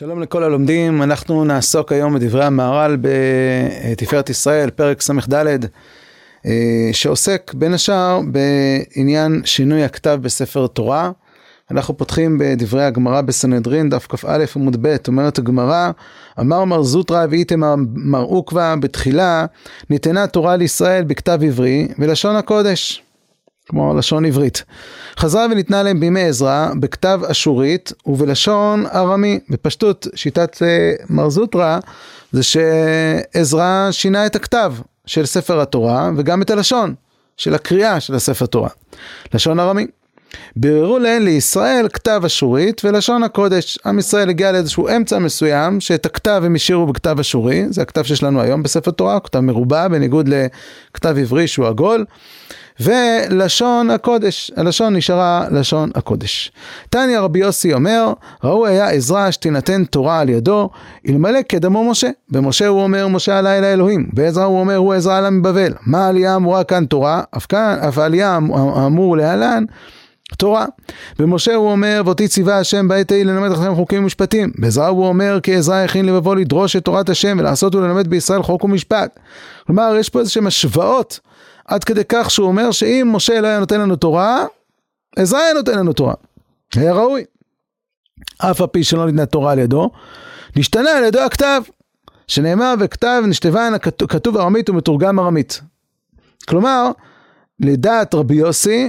שלום לכל הלומדים, אנחנו נעסוק היום בדברי המהר"ל בתפארת ישראל, פרק ס"ד, שעוסק בין השאר בעניין שינוי הכתב בספר תורה. אנחנו פותחים בדברי הגמרא בסנהדרין, דף כ"א עמוד ב', אומרת הגמרא, אמר מר זוטרא ואיתמר מר עוקבא, בתחילה ניתנה תורה לישראל בכתב עברי ולשון הקודש, כמו לשון עברית. חזרה וניתנה להם בימי עזרא בכתב אשורית ובלשון ארמי. בפשטות שיטת מר זוטרא זה שעזרא שינה את הכתב של ספר התורה וגם את הלשון של הקריאה של הספר תורה, לשון ארמי. ביררו להן לישראל כתב אשורית ולשון הקודש. עם ישראל הגיע לאיזשהו אמצע מסוים שאת הכתב הם השאירו בכתב אשורי, זה הכתב שיש לנו היום בספר תורה, כתב מרובע בניגוד לכתב עברי שהוא עגול, ולשון הקודש, הלשון נשארה לשון הקודש. תניא רבי יוסי אומר, ראוי היה עזרא שתינתן תורה על ידו, אלמלא קדמו משה. במשה הוא אומר משה עלה אל האלוהים, בעזרא הוא אומר הוא עזרא עלה מבבל. מה העלייה אמורה כאן תורה? אף העלייה אמור להלן תורה. במשה הוא אומר ואותי ציווה השם בעת ההיא ללמד לכם חוקים ומשפטים. בעזרא הוא אומר כי עזרא הכין לבבו לדרוש את תורת השם ולעשות וללמד בישראל חוק ומשפט. כלומר יש פה איזשהם השוואות עד כדי כך שהוא אומר שאם משה לא היה נותן לנו תורה, עזרא היה נותן לנו תורה. היה ראוי. אף הפי שלא ניתנה תורה על ידו, נשתנה על ידו הכתב, שנאמר וכתב נשתבן כתוב ארמית ומתורגם ארמית. כלומר, לדעת רבי יוסי,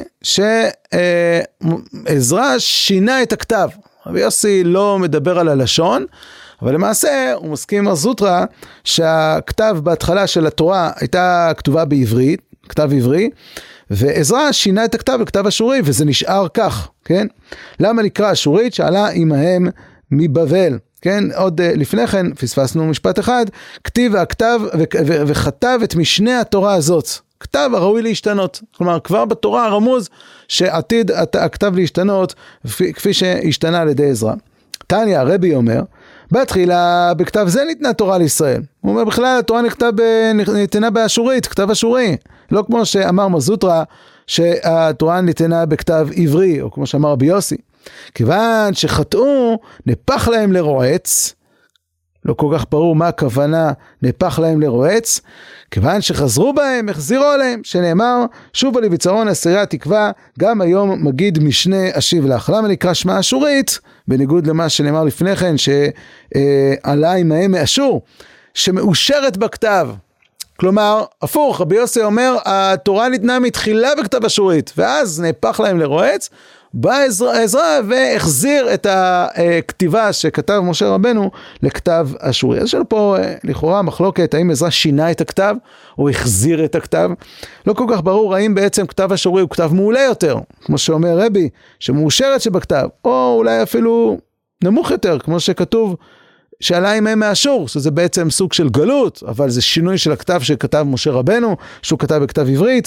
שעזרא שינה את הכתב. רבי יוסי לא מדבר על הלשון, אבל למעשה הוא מסכים עם זוטרא שהכתב בהתחלה של התורה הייתה כתובה בעברית, כתב עברי, ועזרא שינה את הכתב לכתב אשורי, וזה נשאר כך, כן? למה נקרא אשורית? שעלה עמהם מבבל, כן? עוד לפני כן פספסנו משפט אחד, כתיב הכתב וכתב את משנה התורה הזאת, כתב הראוי להשתנות. כלומר כבר בתורה הרמוז שעתיד הכתב להשתנות כפי שהשתנה על ידי עזרא. תניא הרבי אומר, בתחילה בכתב זה ניתנה תורה לישראל. הוא אומר בכלל התורה ניתנה באשורית, כתב אשורי. לא כמו שאמר מר זוטרא שהתורה ניתנה בכתב עברי, או כמו שאמר רבי יוסי. כיוון שחטאו נפח להם לרועץ, לא כל כך ברור מה הכוונה נפח להם לרועץ, כיוון שחזרו בהם, החזירו עליהם, שנאמר, שוב עלי בצרון אסירי תקווה, גם היום מגיד משנה אשיב לך. למה נקרא שמה אשורית? בניגוד למה שנאמר לפני כן, שעלה עמהם מאשור, שמאושרת בכתב. כלומר, הפוך, רבי יוסי אומר, התורה ניתנה מתחילה בכתב אשורית, ואז נפח להם לרועץ, בא עזרא והחזיר את הכתיבה שכתב משה רבנו לכתב אשורי. אז יש לנו פה לכאורה מחלוקת, האם עזרא שינה את הכתב או החזיר את הכתב. לא כל כך ברור האם בעצם כתב אשורי הוא כתב מעולה יותר, כמו שאומר רבי, שמאושרת שבכתב, או אולי אפילו נמוך יותר, כמו שכתוב שעלה עמהם מאשור, שזה בעצם סוג של גלות, אבל זה שינוי של הכתב שכתב משה רבנו, שהוא כתב בכתב עברית.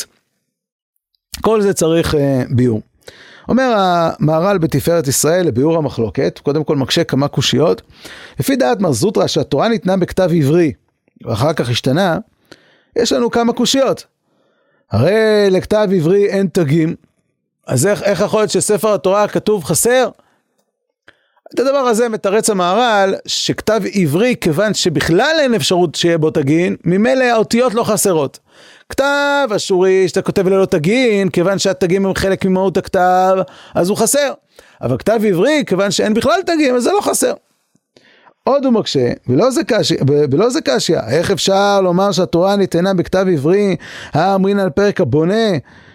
כל זה צריך ביור. אומר המהר"ל בתפארת ישראל לביאור המחלוקת, קודם כל מקשה כמה קושיות. לפי דעת מר זוטרא שהתורה ניתנה בכתב עברי ואחר כך השתנה, יש לנו כמה קושיות. הרי לכתב עברי אין תגים, אז איך יכול להיות שספר התורה כתוב חסר? את הדבר הזה מתרץ המהר"ל שכתב עברי, כיוון שבכלל אין אפשרות שיהיה בו תגין, ממילא האותיות לא חסרות. כתב אשורי שאתה כותב ללא תגין, כיוון שהתגים הם חלק ממהות הכתב, אז הוא חסר. אבל כתב עברי, כיוון שאין בכלל תגים, אז זה לא חסר. עוד הוא מקשה, ולא זה קשיא, איך אפשר לומר שהתורה ניתנה בכתב עברי, האמרין על פרק הבונה?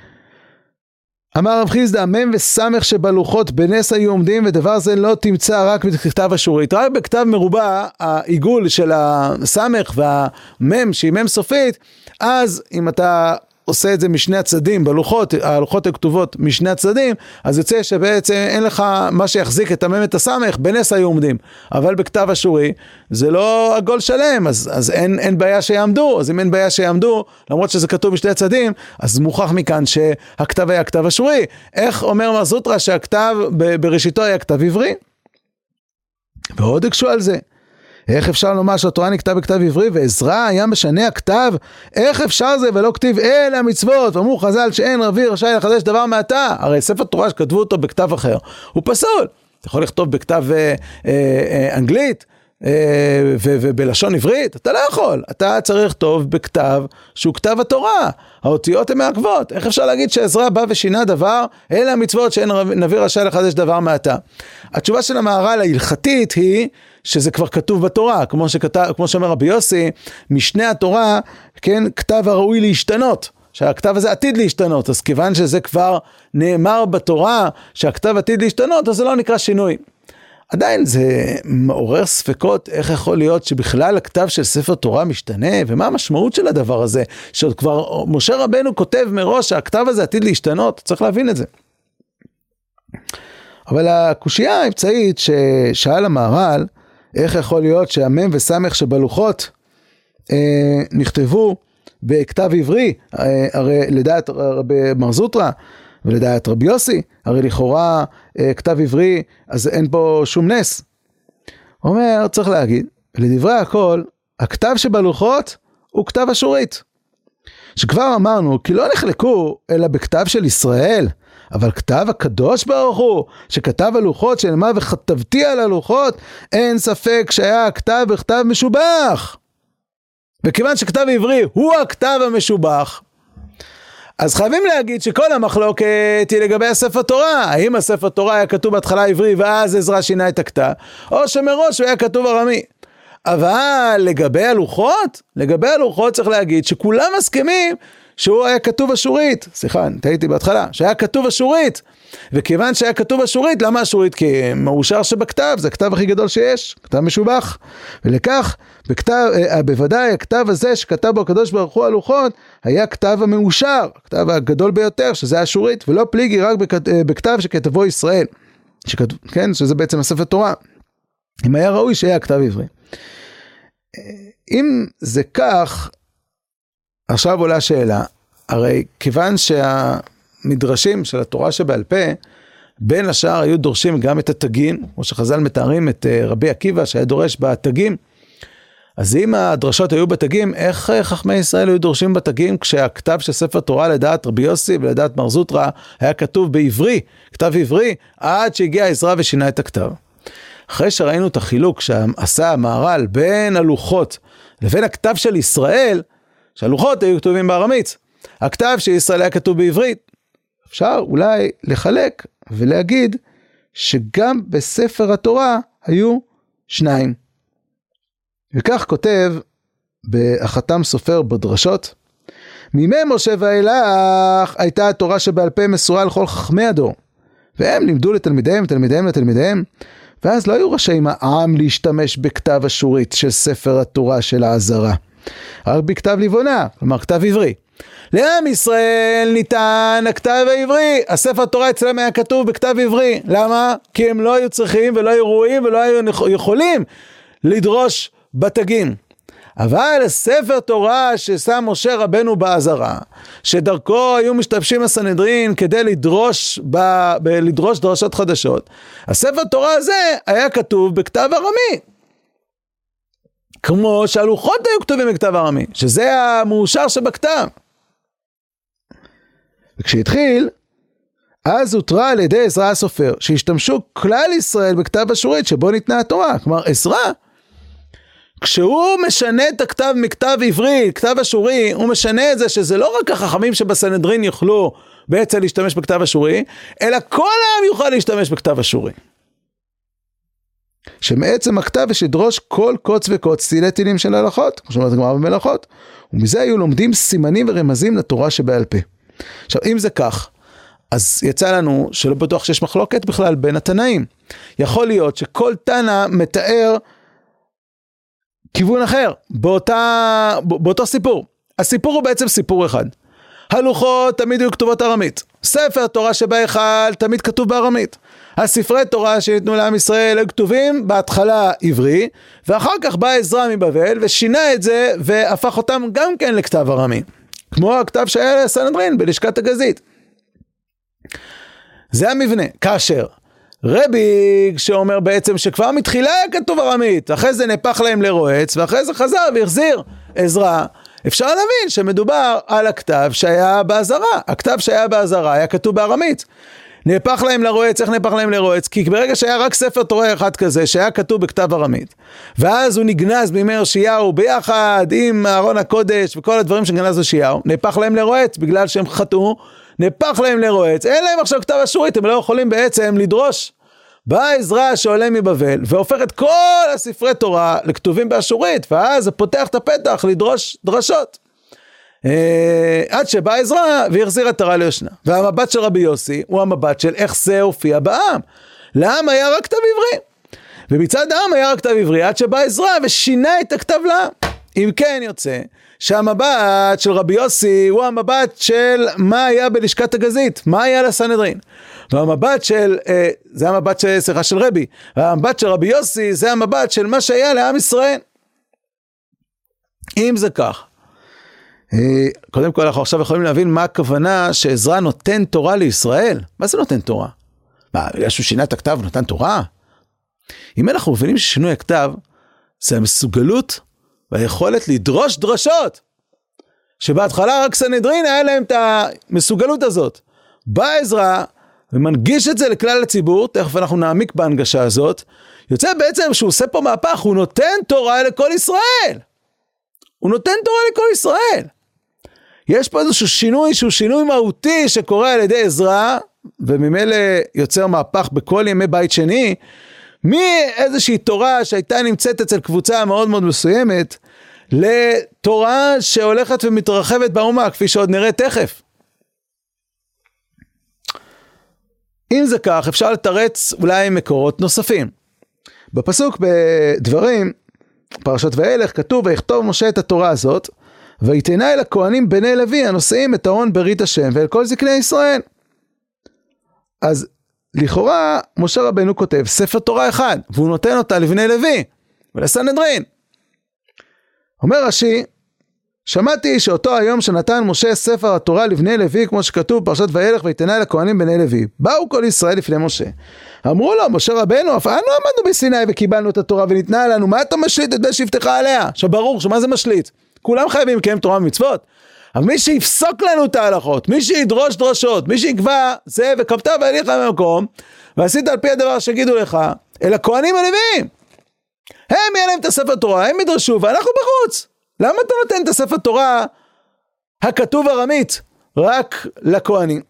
אמר רב חיסדא, מם וסמך שבלוחות בנס היו עומדים, ודבר זה לא תמצא רק בכתב אשורית. רק בכתב מרובע, העיגול של הסמך והמם, שהיא מם סופית, אז אם אתה עושה את זה משני הצדדים, הלוחות הכתובות משני הצדדים, אז יוצא שבעצם אין לך מה שיחזיק את המם את הסמך, בנס היו עומדים. אבל בכתב אשורי, זה לא עגול שלם, אז אין בעיה שיעמדו. אז אם אין בעיה שיעמדו, למרות שזה כתוב בשני הצדדים, אז מוכח מכאן שהכתב היה כתב אשורי. איך אומר מר זוטרא שהכתב בראשיתו היה כתב עברי? ועוד הקשו על זה. איך אפשר לומר שהתורה נכתב בכתב עברי ועזרא היה משנה הכתב? איך אפשר זה ולא כתיב אלה המצוות? ואמרו חז"ל שאין רבי רשאי לחדש דבר מעתה. הרי ספר תורה שכתבו אותו בכתב אחר הוא פסול. אתה יכול לכתוב בכתב אנגלית ובלשון עברית, אתה לא יכול. אתה צריך לכתוב בכתב שהוא כתב התורה. האותיות הן מעכבות. איך אפשר להגיד שעזרא בא ושינה דבר? אלה המצוות שאין נביא רשאי לחדש דבר מעתה. התשובה של המהר"ל ההלכתית היא שזה כבר כתוב בתורה, כמו שאומר רבי יוסי, משנה התורה, כן, כתב הראוי להשתנות. שהכתב הזה עתיד להשתנות, אז כיוון שזה כבר נאמר בתורה שהכתב עתיד להשתנות, אז זה לא נקרא שינוי. עדיין זה מעורר ספקות איך יכול להיות שבכלל הכתב של ספר תורה משתנה, ומה המשמעות של הדבר הזה, שעוד כבר משה רבנו כותב מראש שהכתב הזה עתיד להשתנות, צריך להבין את זה. אבל הקושייה האמצעית ששאל המהר"ל, איך יכול להיות שהמם וסמך שבלוחות נכתבו בכתב עברי, הרי לדעת רבי מר זוטרא ולדעת רבי יוסי, הרי לכאורה כתב עברי, אז אין פה שום נס. הוא אומר, צריך להגיד, לדברי הכל, הכתב שבלוחות הוא כתב אשורית. שכבר אמרנו, כי לא נחלקו אלא בכתב של ישראל, אבל כתב הקדוש ברוך הוא, שכתב הלוחות, שנאמר וכתבתי על הלוחות, אין ספק שהיה הכתב בכתב משובח. וכיוון שכתב עברי הוא הכתב המשובח, אז חייבים להגיד שכל המחלוקת היא לגבי הספר תורה. האם הספר תורה היה כתוב בהתחלה עברי ואז עזרא שינה את הכתב, או שמראש הוא היה כתוב ארמי. אבל לגבי הלוחות צריך להגיד שכולם מסכימים שהוא היה כתוב אשורית. סליחה, טעיתי בהתחלה, שהיה כתוב אשורית. וכיוון שהיה כתוב אשורית, למה אשורית? כי מאושר שבכתב, זה הכתב הכי גדול שיש, כתב משובח. ולכך, בוודאי הכתב הזה שכתב בו הקדוש ברוך הוא הלוחות, היה כתב המאושר, הכתב הגדול ביותר, שזה אשורית, ולא פליגי רק בכתב שכתבו ישראל. כן, שזה בעצם הספר תורה. אם היה ראוי שהיה כתב עברי. אם זה כך, עכשיו עולה שאלה, הרי כיוון שהמדרשים של התורה שבעל פה, בין השאר היו דורשים גם את התגים, כמו שחז"ל מתארים את רבי עקיבא שהיה דורש בתגים, אז אם הדרשות היו בתגים, איך חכמי ישראל היו דורשים בתגים, כשהכתב של ספר תורה לדעת רבי יוסי ולדעת מר זוטרא היה כתוב בעברי, כתב עברי, עד שהגיע עזרא ושינה את הכתב. אחרי שראינו את החילוק שעשה המהר"ל בין הלוחות לבין הכתב של ישראל, שהלוחות היו כתובים בארמית, הכתב של ישראל היה כתוב בעברית, אפשר אולי לחלק ולהגיד שגם בספר התורה היו שניים. וכך כותב בחתם סופר בדרשות, מימי משה ואילך הייתה התורה שבעל פה מסורה לכל חכמי הדור, והם לימדו לתלמידיהם, ואז לא היו רשאים העם להשתמש בכתב אשורית של ספר התורה של העזרה, רק בכתב ליבונה, כלומר כתב עברי. לעם ישראל ניתן הכתב העברי, הספר התורה אצלם היה כתוב בכתב עברי. למה? כי הם לא היו צריכים ולא היו ראויים ולא היו יכולים לדרוש בתגים. אבל ספר תורה ששם משה רבנו בעזרה, שדרכו היו משתמשים הסנהדרין כדי לדרוש דרשות חדשות, הספר תורה הזה היה כתוב בכתב ארמי, כמו שהלוחות היו כתובים בכתב ארמי, שזה המאושר שבכתב. וכשהתחיל, אז הותרה על ידי עזרא הסופר, שהשתמשו כלל ישראל בכתב אשורית שבו ניתנה התורה. כלומר, עזרא, כשהוא משנה את הכתב מכתב עברי, כתב אשורי, הוא משנה את זה שזה לא רק החכמים שבסנהדרין יוכלו בעצם להשתמש בכתב אשורי, אלא כל העם יוכל להשתמש בכתב אשורי. שמעצם הכתב יש לדרוש כל קוץ וקוץ צילי טילים של הלכות, כמו שאומרת הגמרא במלאכות, ומזה היו לומדים סימנים ורמזים לתורה שבעל פה. עכשיו, אם זה כך, אז יצא לנו שלא בטוח שיש מחלוקת בכלל בין התנאים. יכול שכל תנא מתאר כיוון אחר, באותו סיפור. הסיפור הוא בעצם סיפור אחד. הלוחות תמיד היו כתובות ארמית. ספר תורה שבהיכל תמיד כתוב בארמית. הספרי תורה שניתנו לעם ישראל היו כתובים בהתחלה עברי, ואחר כך בא עזרא מבבל ושינה את זה והפך אותם גם כן לכתב ארמי. כמו הכתב שהיה לסנהדרין בלשכת הגזית. זה המבנה. כאשר רבי שאומר בעצם שכבר מתחילה היה כתוב ארמית, אחרי זה נפח להם לרועץ, ואחרי זה חזר והחזיר עזרא, אפשר להבין שמדובר על הכתב שהיה בעזרה. הכתב שהיה בעזרה היה כתוב בארמית. נהפך להם לרועץ. איך נהפך להם לרועץ? כי ברגע שהיה רק ספר תורה אחד כזה, שהיה כתוב בכתב ארמית, ואז הוא נגנז בימי יאשיהו ביחד עם ארון הקודש וכל הדברים שגנז יאשיהו, נהפך להם לרועץ, בגלל שהם חטאו, נהפך להם לרועץ. אין להם עכשיו כתב אשורית, הם לא יכולים בעצם לדרוש. בא עזרא שעולה מבבל, והופך את כל הספרי תורה לכתובים באשורית, ואז זה פותח את הפתח לדרוש דרשות. עד שבא עזרא והחזיר עטרה ליושנה. והמבט של רבי יוסי הוא המבט של איך זה הופיע בעם. לעם היה רק כתב עברי, ומצד העם היה רק כתב עברי, עד שבא עזרא ושינה את הכתב לעם. אם כן יוצא שהמבט של רבי יוסי הוא המבט של מה היה בלשכת הגזית, מה היה לסנהדרין. והמבט של, זה המבט של רבי, והמבט של רבי יוסי זה המבט של מה שהיה לעם ישראל. אם זה כך, קודם כל אנחנו עכשיו יכולים להבין מה הכוונה שעזרא נותן תורה לישראל. מה זה נותן תורה? מה, בגלל שהוא שינה את הכתב ונותן תורה? אם אנחנו מבינים ששינוי הכתב זה המסוגלות והיכולת לדרוש דרשות, שבהתחלה רק סנהדרין היה להם את המסוגלות הזאת. בא עזרא ומנגיש את זה לכלל הציבור, תכף אנחנו נעמיק בהנגשה הזאת, יוצא בעצם שהוא עושה פה מהפך, הוא נותן תורה לכל ישראל. הוא נותן תורה לכל ישראל. יש פה איזשהו שינוי, שהוא שינוי מהותי שקורה על ידי עזרא, וממילא יוצר מהפך בכל ימי בית שני, מאיזושהי תורה שהייתה נמצאת אצל קבוצה מאוד מאוד מסוימת, לתורה שהולכת ומתרחבת באומה, כפי שעוד נראה תכף. אם זה כך, אפשר לתרץ אולי מקורות נוספים. בפסוק בדברים, פרשת וילך, כתוב, ויכתוב משה את התורה הזאת, ויתנה אל הכהנים בני לוי, הנושאים את ארון ברית השם, ואל כל זקני ישראל. אז לכאורה, משה רבנו כותב ספר תורה אחד, והוא נותן אותה לבני לוי, ולסנהדרין. אומר רש"י, שמעתי שאותו היום שנתן משה ספר התורה לבני לוי, כמו שכתוב פרשת וילך, ויתנה אל הכהנים בני לוי. באו כל ישראל לפני משה. אמרו לו, משה רבנו, אף אנו עמדנו בסיני וקיבלנו את התורה וניתנה לנו, מה אתה משליט את בית שבטך עליה? שברור, שמה זה משליט? כולם חייבים לקיים תורה ומצוות. אבל מי שיפסוק לנו את ההלכות, מי שידרוש דרשות, מי שיקבע זה, וקבת והליך במקום, ועשית על פי הדבר שגידו לך, אל הכהנים הלוויים. הם יהיה להם את הספר תורה, הם ידרשו, ואנחנו בחוץ. למה אתה נותן את הספר תורה הכתוב ארמית רק לכהנים?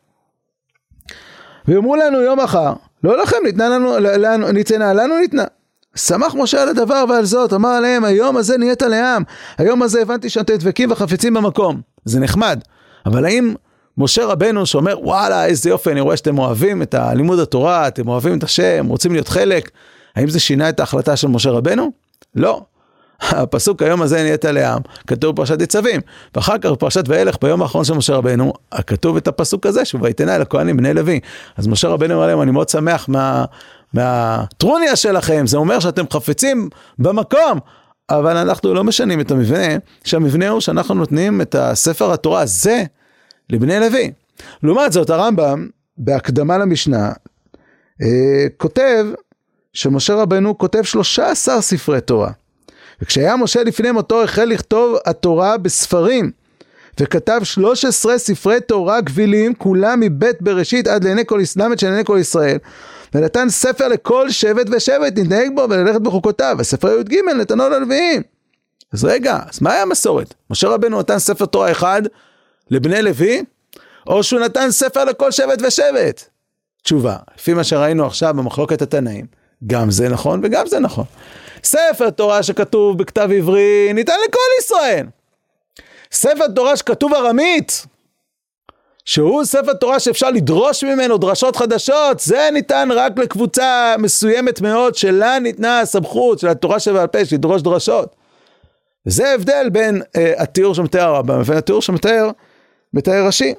ואמרו לנו יום אחר, לא לכם, ניתנה לנו ניתנה. שמח משה על הדבר ועל זאת, אמר עליהם, היום הזה נהיית לעם, היום הזה הבנתי שאתם דבקים וחפצים במקום. זה נחמד, אבל האם משה רבנו שאומר, וואלה, איזה יופי, אני רואה שאתם אוהבים את לימוד התורה, אתם אוהבים את השם, רוצים להיות חלק, האם זה שינה את ההחלטה של משה רבנו? לא. הפסוק היום הזה נהיית לעם, כתוב פרשת ניצבים, ואחר כך פרשת וילך ביום האחרון של משה רבנו, כתוב את הפסוק הזה, שהוא ויתנה אל הכהנים בני לוי. אז משה רבנו אומר להם, אני מאוד שמח מהטרוניה שלכם, זה אומר שאתם חפצים במקום, אבל אנחנו לא משנים את המבנה, שהמבנה הוא שאנחנו נותנים את הספר התורה הזה לבני לוי. לעומת זאת, הרמב"ם, בהקדמה למשנה, כותב שמשה רבנו כותב 13 ספרי תורה. וכשהיה משה לפני מותו החל לכתוב התורה בספרים, וכתב 13 ספרי תורה גבילים, כולם מבית בראשית עד לעיני כל למד של עיני כל ישראל, ונתן ספר לכל שבט ושבט, נתנהג בו וללכת בחוקותיו, וספר י"ג נתנו ללוויים. אז רגע, אז מה היה המסורת? משה רבנו נתן ספר תורה אחד לבני לוי, או שהוא נתן ספר לכל שבט ושבט? תשובה, לפי מה שראינו עכשיו במחלוקת התנאים, גם זה נכון וגם זה נכון. ספר תורה שכתוב בכתב עברי ניתן לכל ישראל. ספר תורה שכתוב ארמית, שהוא ספר תורה שאפשר לדרוש ממנו דרשות חדשות, זה ניתן רק לקבוצה מסוימת מאוד, שלה ניתנה הסמכות של התורה שבעל פה, לדרוש דרשות. וזה ההבדל בין התיאור שמתאר הרמב"ם, לבין התיאור שמתאר רש"י.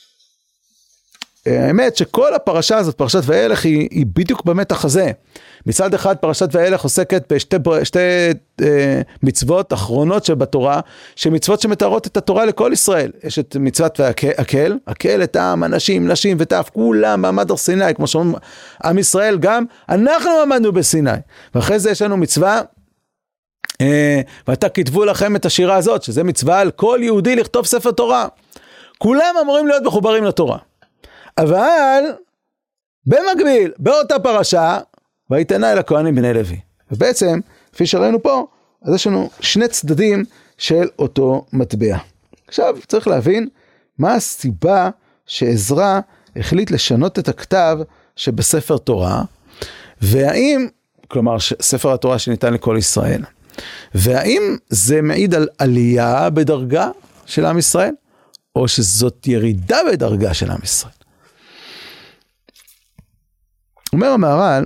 האמת שכל הפרשה הזאת, פרשת וילך, היא בדיוק במתח הזה. מצד אחד פרשת וילך עוסקת בשתי מצוות אחרונות שבתורה, שמצוות שמתארות את התורה לכל ישראל. יש את מצוות והקל, הקל את העם, אנשים, נשים וטף, כולם מעמד הר סיני, כמו שאומרים עם ישראל גם, אנחנו עמדנו בסיני. ואחרי זה יש לנו מצווה, ואתה כתבו לכם את השירה הזאת, שזה מצווה על כל יהודי לכתוב ספר תורה. כולם אמורים להיות מחוברים לתורה. אבל במקביל, באותה פרשה, ויתנה אל הכהנים בני לוי. ובעצם, כפי שראינו פה, אז יש לנו שני צדדים של אותו מטבע. עכשיו צריך להבין מה הסיבה שעזרא החליט לשנות את הכתב שבספר תורה, והאם, כלומר ספר התורה שניתן לכל ישראל, והאם זה מעיד על עלייה בדרגה של עם ישראל, או שזאת ירידה בדרגה של עם ישראל. אומר המהר"ל,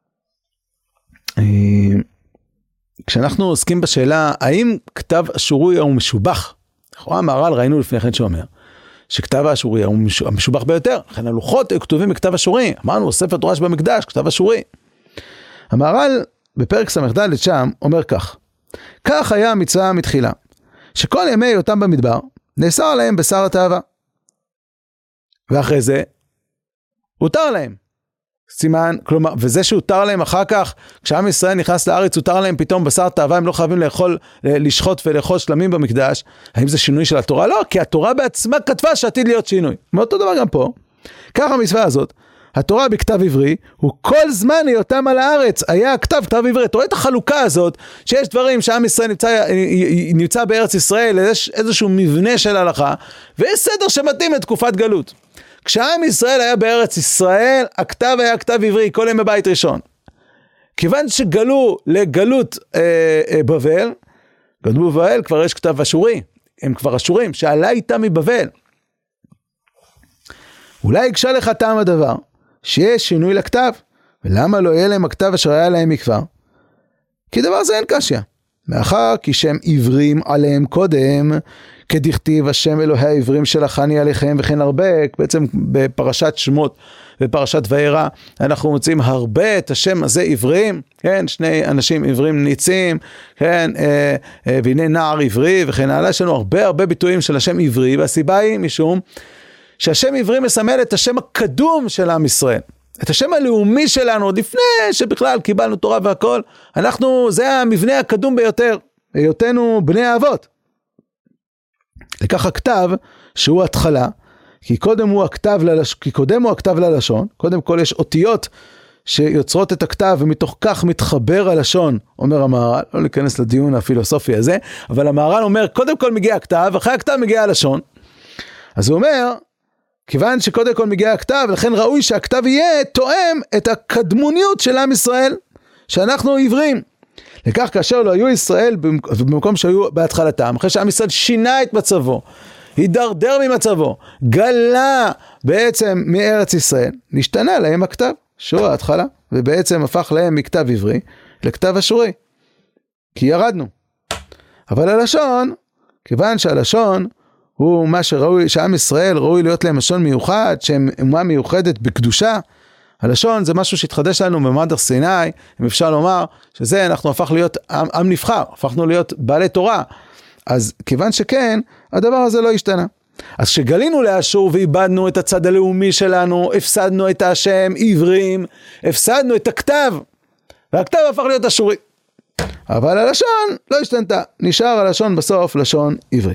כשאנחנו עוסקים בשאלה, האם כתב אשורי הוא משובח? לכאורה המהר"ל ראינו לפני כן שאומר, שכתב האשורי הוא המשובח ביותר, לכן הלוחות היו כתובים בכתב אשורי, אמרנו ספר תורה שבמקדש, כתב אשורי. המהר"ל בפרק ס"ד שם אומר כך היה המצווה מתחילה, שכל ימי היותם במדבר, נאסר עליהם בשר התאווה. ואחרי זה, הותר להם. סימן, כלומר, וזה שהותר להם אחר כך, כשעם ישראל נכנס לארץ, הותר להם פתאום בשר תאווה, הם לא חייבים לשחוט ולאכול שלמים במקדש. האם זה שינוי של התורה? לא, כי התורה בעצמה כתבה שעתיד להיות שינוי. מאותו דבר גם פה. כך המצווה הזאת, התורה בכתב עברי, הוא כל זמן היותם על הארץ, היה כתב עברי. אתה רואה את החלוקה הזאת, שיש דברים שעם ישראל נמצא בארץ ישראל, יש איזשהו מבנה של הלכה, ויש סדר שמתאים לתקופת גלות. כשעם ישראל היה בארץ ישראל, הכתב היה כתב עברי, כל ימי בית ראשון. כיוון שגלו לגלות בבל, גלו בבל כבר יש כתב אשורי, הם כבר אשורים, שעלה איתם מבבל. אולי יקשה לך טעם הדבר, שיש שינוי לכתב, ולמה לא יהיה להם הכתב אשר היה להם מכבר? כי דבר זה אין קשיא. מאחר כי שם עברים עליהם קודם, כדכתיב השם אלוהי העברים שלחני עליכם וכן הרבק, בעצם בפרשת שמות ופרשת וירא, אנחנו מוצאים הרבה את השם הזה עברים, כן, שני אנשים עברים ניצים, כן, והנה נער עברי וכן הלאה, יש לנו הרבה ביטויים של השם עברי, והסיבה היא משום שהשם עברי מסמל את השם הקדום של עם ישראל. את השם הלאומי שלנו, עוד לפני שבכלל קיבלנו תורה והכל, זה המבנה הקדום ביותר, היותנו בני האבות. לכך הכתב שהוא התחלה, כי קודם הוא הכתב ללשון, קודם כל יש אותיות שיוצרות את הכתב, ומתוך כך מתחבר הלשון, אומר המהר"ל, לא להיכנס לדיון הפילוסופי הזה, אבל המהר"ל אומר, קודם כל מגיע הכתב, אחרי הכתב מגיע הלשון. אז הוא אומר, כיוון שקודם כל מגיע הכתב, לכן ראוי שהכתב יהיה תואם את הקדמוניות של עם ישראל, שאנחנו עברים. לכך כאשר לא היו ישראל במקום שהיו בהתחלתם, אחרי שעם ישראל שינה את מצבו, הידרדר ממצבו, גלה בעצם מארץ ישראל, נשתנה להם הכתב, שהוא ההתחלה, ובעצם הפך להם מכתב עברי לכתב אשורי, כי ירדנו. אבל הלשון, כיוון שהלשון הוא מה שראוי, שעם ישראל ראוי להיות להם לשון מיוחד, שהם אומה מיוחדת בקדושה, הלשון זה משהו שהתחדש לנו במעמד הר סיני, אם אפשר לומר שזה אנחנו הפך להיות עם נבחר, הפכנו להיות בעלי תורה, אז כיוון שכן, הדבר הזה לא השתנה. אז כשגלינו לאשור ואיבדנו את הצד הלאומי שלנו, הפסדנו את השם עברים, הפסדנו את הכתב, והכתב הפך להיות אשורי. אבל הלשון לא השתנתה, נשאר הלשון בסוף לשון עברי.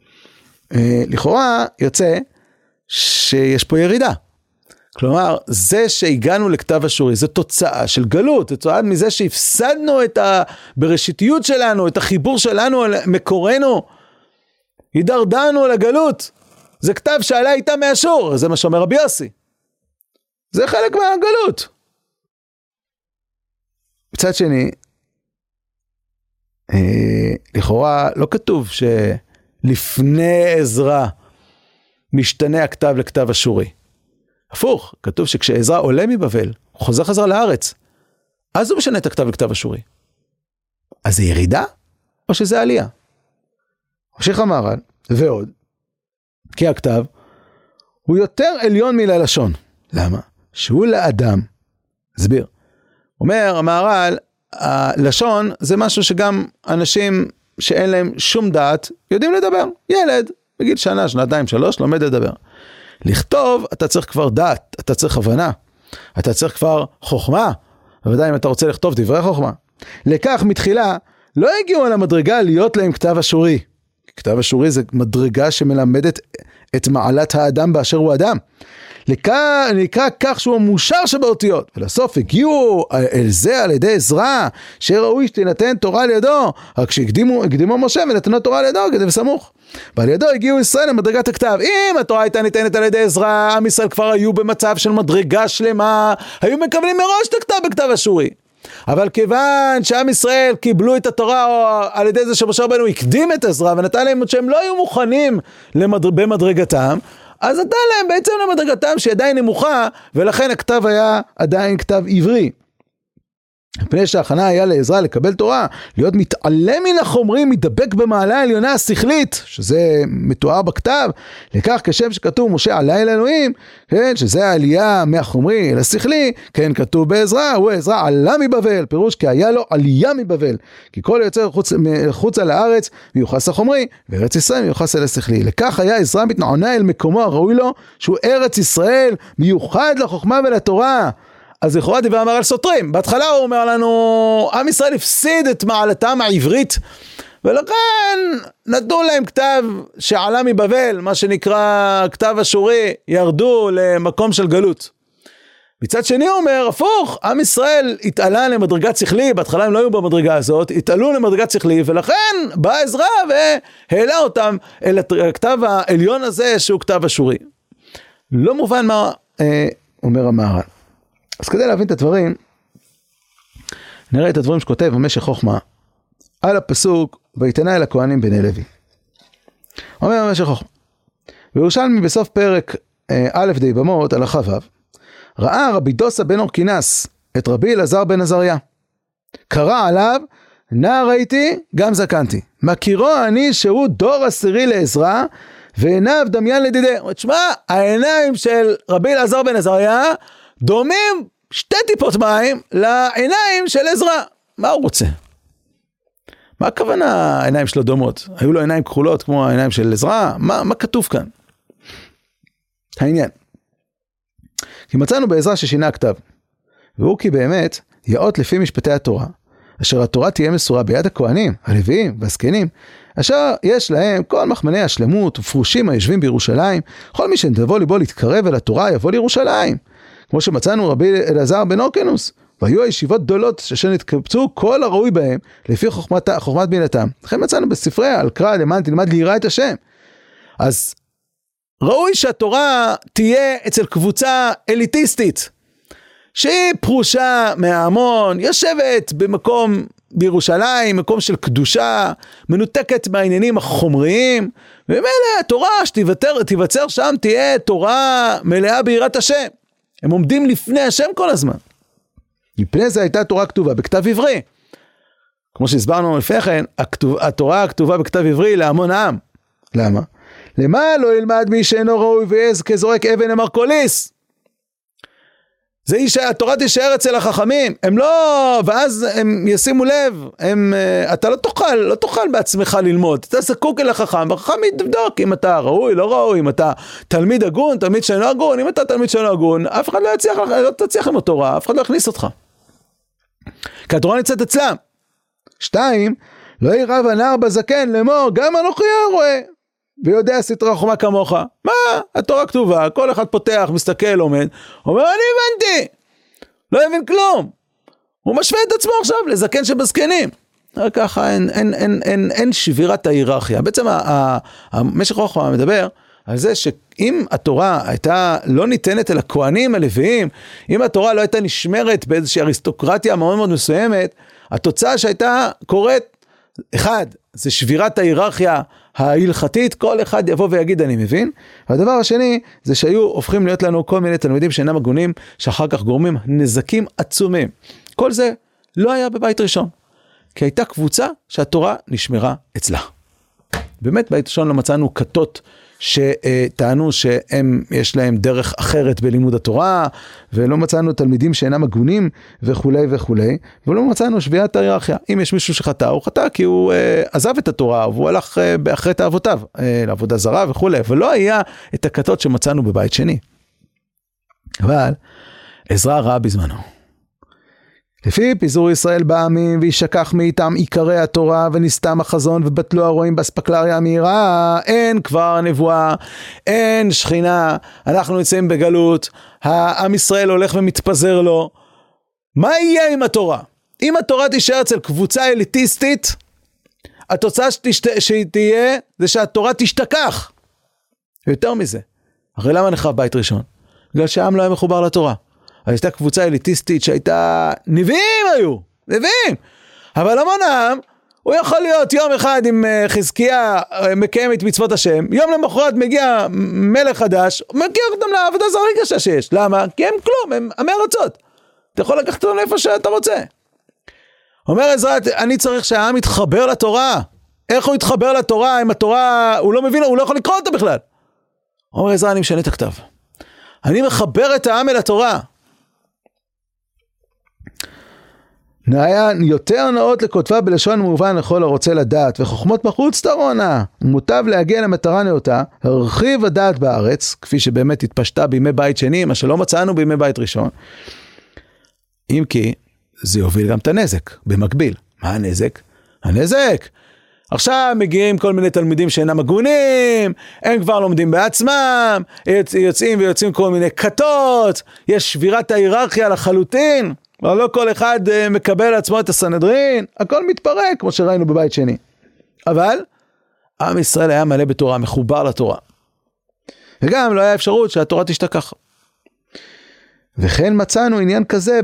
לכאורה יוצא שיש פה ירידה. כלומר, זה שהגענו לכתב אשורי, זה תוצאה של גלות, תוצאה מזה שהפסדנו את בראשיתיות שלנו, את החיבור שלנו על מקורנו, הידרדרנו לגלות. זה כתב שעלה איתה מאשור, זה מה שאומר רבי יוסי. זה חלק מהגלות. מצד שני, לכאורה לא כתוב שלפני עזרא משתנה הכתב לכתב אשורי. הפוך, כתוב שכשעזרא עולה מבבל, הוא חוזר חזר לארץ, אז הוא משנה את הכתב לכתב אשורי. אז זה ירידה? או שזה עלייה? ממשיך המהר"ל, ועוד, כי הכתב הוא יותר עליון מללשון. למה? שהוא לאדם. הסביר. אומר המהר"ל, הלשון זה משהו שגם אנשים שאין להם שום דעת יודעים לדבר. ילד, בגיל שנה, שנתיים, 3, לומד לדבר. לכתוב, אתה צריך כבר דעת, אתה צריך הבנה, אתה צריך כבר חוכמה, בוודאי אם אתה רוצה לכתוב דברי חוכמה. לכך מתחילה, לא הגיעו על המדרגה להיות להם כתב אשורי. כתב אשורי זה מדרגה שמלמדת את מעלת האדם באשר הוא אדם. נקרא כך שהוא המושר שבאותיות, ולסוף הגיעו אל זה על ידי עזרא, שראוי שתינתן תורה על ידו, רק שהקדימו משה ונתנו תורה על ידו כדי וסמוך. ועל ידו הגיעו ישראל למדרגת הכתב. אם התורה הייתה ניתנת על ידי עזרא, עם ישראל כבר היו במצב של מדרגה שלמה, היו מקבלים מראש את הכתב בכתב אשורי. אבל כיוון שעם ישראל קיבלו את התורה על ידי זה שמשה רבנו הקדים את עזרא ונתן להם שהם לא היו מוכנים במדרגתם, אז נתן להם בעצם למדרגתם שהיא עדיין נמוכה, ולכן הכתב היה עדיין כתב עברי. מפני שההכנה היה לעזרא לקבל תורה, להיות מתעלם מן החומרים, מתדבק במעלה העליונה השכלית, שזה מתואר בכתב, לכך כשם שכתוב משה עלה אל אלוהים, כן, שזה העלייה מהחומרי אל השכלי, כן, כתוב בעזרא, הוא עזרא עלה מבבל, פירוש כי היה לו עלייה מבבל, כי כל יוצא חוצה לארץ מיוחס החומרי, וארץ ישראל מיוחס אל השכלי. לכך היה עזרא מתנענע אל מקומו הראוי לו, שהוא ארץ ישראל מיוחד לחוכמה ולתורה. אז לכאורה דברי אמר על סותרים. בהתחלה הוא אומר לנו, עם ישראל הפסיד את מעלתם העברית, ולכן נתנו להם כתב שעלה מבבל, מה שנקרא כתב אשורי, ירדו למקום של גלות. מצד שני הוא אומר, הפוך, עם ישראל התעלה למדרגת שכלי, בהתחלה הם לא היו במדרגה הזאת, התעלו למדרגת שכלי, ולכן בא עזרא והעלה אותם אל הכתב העליון הזה, שהוא כתב אשורי. לא מובן מה אומר המהר"ל. אז כדי להבין את הדברים, נראה את הדברים שכותב במשך חוכמה, על הפסוק, ויתנה אל הכהנים בני לוי. אומר במשך חוכמה, וירושלמי בסוף פרק א' די במות, הלכה ו', ראה רבי דוסה בן אורקינס, את רבי אלעזר בן עזריה. קרא עליו, נער הייתי, גם זקנתי. מכירו אני שהוא דור עשירי לעזרא, ועיניו דמיין לדידי. תשמע, העיניים של רבי אלעזר בן עזריה, דומים 2 טיפות מים לעיניים של עזרא. מה הוא רוצה? מה הכוונה העיניים שלו דומות? היו לו עיניים כחולות כמו העיניים של עזרא? מה כתוב כאן? העניין. כי מצאנו בעזרא ששינה הכתב, והוא כי באמת יאות לפי משפטי התורה, אשר התורה תהיה מסורה ביד הכהנים, הלוויים והזקנים, אשר יש להם כל מחמני השלמות ופרושים היושבים בירושלים, כל מי שנדבו ליבו להתקרב אל התורה יבוא לירושלים. כמו שמצאנו רבי אלעזר בן אורקינוס, והיו הישיבות גדולות אשר נתקבצו כל הראוי בהם לפי חוכמת בינתם. לכן מצאנו בספרי על קרא למען תלמד ליראה את השם. אז ראוי שהתורה תהיה אצל קבוצה אליטיסטית, שהיא פרושה מההמון, יושבת במקום בירושלים, מקום של קדושה, מנותקת מהעניינים החומריים, ומילא התורה שתיווצר שם תהיה תורה מלאה ביראת השם. הם עומדים לפני השם כל הזמן. מפני זה הייתה תורה כתובה בכתב עברי. כמו שהסברנו לפני כן, התורה הכתובה בכתב עברי להמון העם. למה? למה לא ילמד מי שאינו ראוי ויעז כזורק אבן למרקוליס? זה התורה תישאר אצל החכמים, הם לא, ואז הם ישימו לב, אתה לא תוכל בעצמך ללמוד, אתה זקוק אל החכם, והחכם יבדוק אם אתה ראוי, לא ראוי, אם אתה תלמיד הגון, תלמיד שאינו הגון, אם אתה תלמיד שאינו הגון, אף אחד לא תצליח עם התורה, אף אחד לא יכניס אותך. כי התורה נמצאת אצלם. 2, לא ירב הנער בזקן לאמור, גם אנוכי רואה, ויודע סתרה חומה כמוך. מה? התורה כתובה, כל אחד פותח, מסתכל, עומד, אומר, אני הבנתי, לא הבין כלום. הוא משווה את עצמו עכשיו לזקן שבזקנים. ככה אין שבירת ההיררכיה. בעצם משך חוכמה מדבר על זה שאם התורה הייתה לא ניתנת אל הכהנים הלוויים, אם התורה לא הייתה נשמרת באיזושהי אריסטוקרטיה מאוד מאוד מסוימת, התוצאה שהייתה קורית, 1, זה שבירת ההיררכיה ההלכתית, כל אחד יבוא ויגיד אני מבין. והדבר השני זה שהיו הופכים להיות לנו כל מיני תלמידים שאינם הגונים, שאחר כך גורמים נזקים עצומים. כל זה לא היה בבית ראשון, כי הייתה קבוצה שהתורה נשמרה אצלה. באמת בבית ראשון לא מצאנו כתות שטענו שהם יש להם דרך אחרת בלימוד התורה, ולא מצאנו תלמידים שאינם הגונים וכו' וכו', ולא מצאנו שביעת ההיררכיה. אם יש מישהו שחטא, הוא חטא כי הוא עזב את התורה, והוא הלך באחרי תאוותיו, לעבודה זרה וכו', ולא היה את הכתות שמצאנו בבית שני. אבל עזרא ראה בזמנו, לפי פיזור ישראל בעמים, וישכח מאיתם עיקרי התורה, ונסתם החזון, ובטלו הרועים באספקלריה המהירה, אין כבר נבואה, אין שכינה, אנחנו נמצאים בגלות, העם ישראל הולך ומתפזר לו. מה יהיה עם התורה? אם התורה תישאר אצל קבוצה אליטיסטית, התוצאה שהיא תהיה, זה שהתורה תשתכח. יותר מזה. הרי למה נחרב בית ראשון? בגלל שהעם לא היה מחובר לתורה. הייתה קבוצה אליטיסטית שהייתה, נביאים היו, נביאים. אבל המון העם, הוא יכול להיות יום אחד עם חזקיה מקיים את מצוות השם, יום למחרת מגיע מלך חדש, מגיע אותם לעבודה זרה הכי קשה שיש. למה? כי הם כלום, הם עמי ארצות. אתה יכול לקחת אותם לאיפה שאתה רוצה. אומר עזרא, אני צריך שהעם יתחבר לתורה. איך הוא יתחבר לתורה? אם התורה, הוא לא מבין, הוא לא יכול לקרוא אותה בכלל. אומר עזרא, אני משנה את הכתב. אני מחבר את העם אל התורה. היה יותר נאות לכותבה בלשון מובן לכל הרוצה לדעת, וחוכמות מחוץ תרונה, מוטב להגיע למטרה נאותה, הרחיב הדעת בארץ, כפי שבאמת התפשטה בימי בית שני, מה שלא מצאנו בימי בית ראשון, אם כי זה יוביל גם את הנזק, במקביל. מה הנזק? הנזק! עכשיו מגיעים כל מיני תלמידים שאינם הגונים, הם כבר לומדים בעצמם, יוצאים כל מיני כתות, יש שבירת ההיררכיה לחלוטין, אבל לא כל אחד מקבל לעצמו את הסנהדרין, הכל מתפרק כמו שראינו בבית שני. אבל עם ישראל היה מלא בתורה, מחובר לתורה. וגם לא היה אפשרות שהתורה תשתכח. וכן מצאנו עניין כזה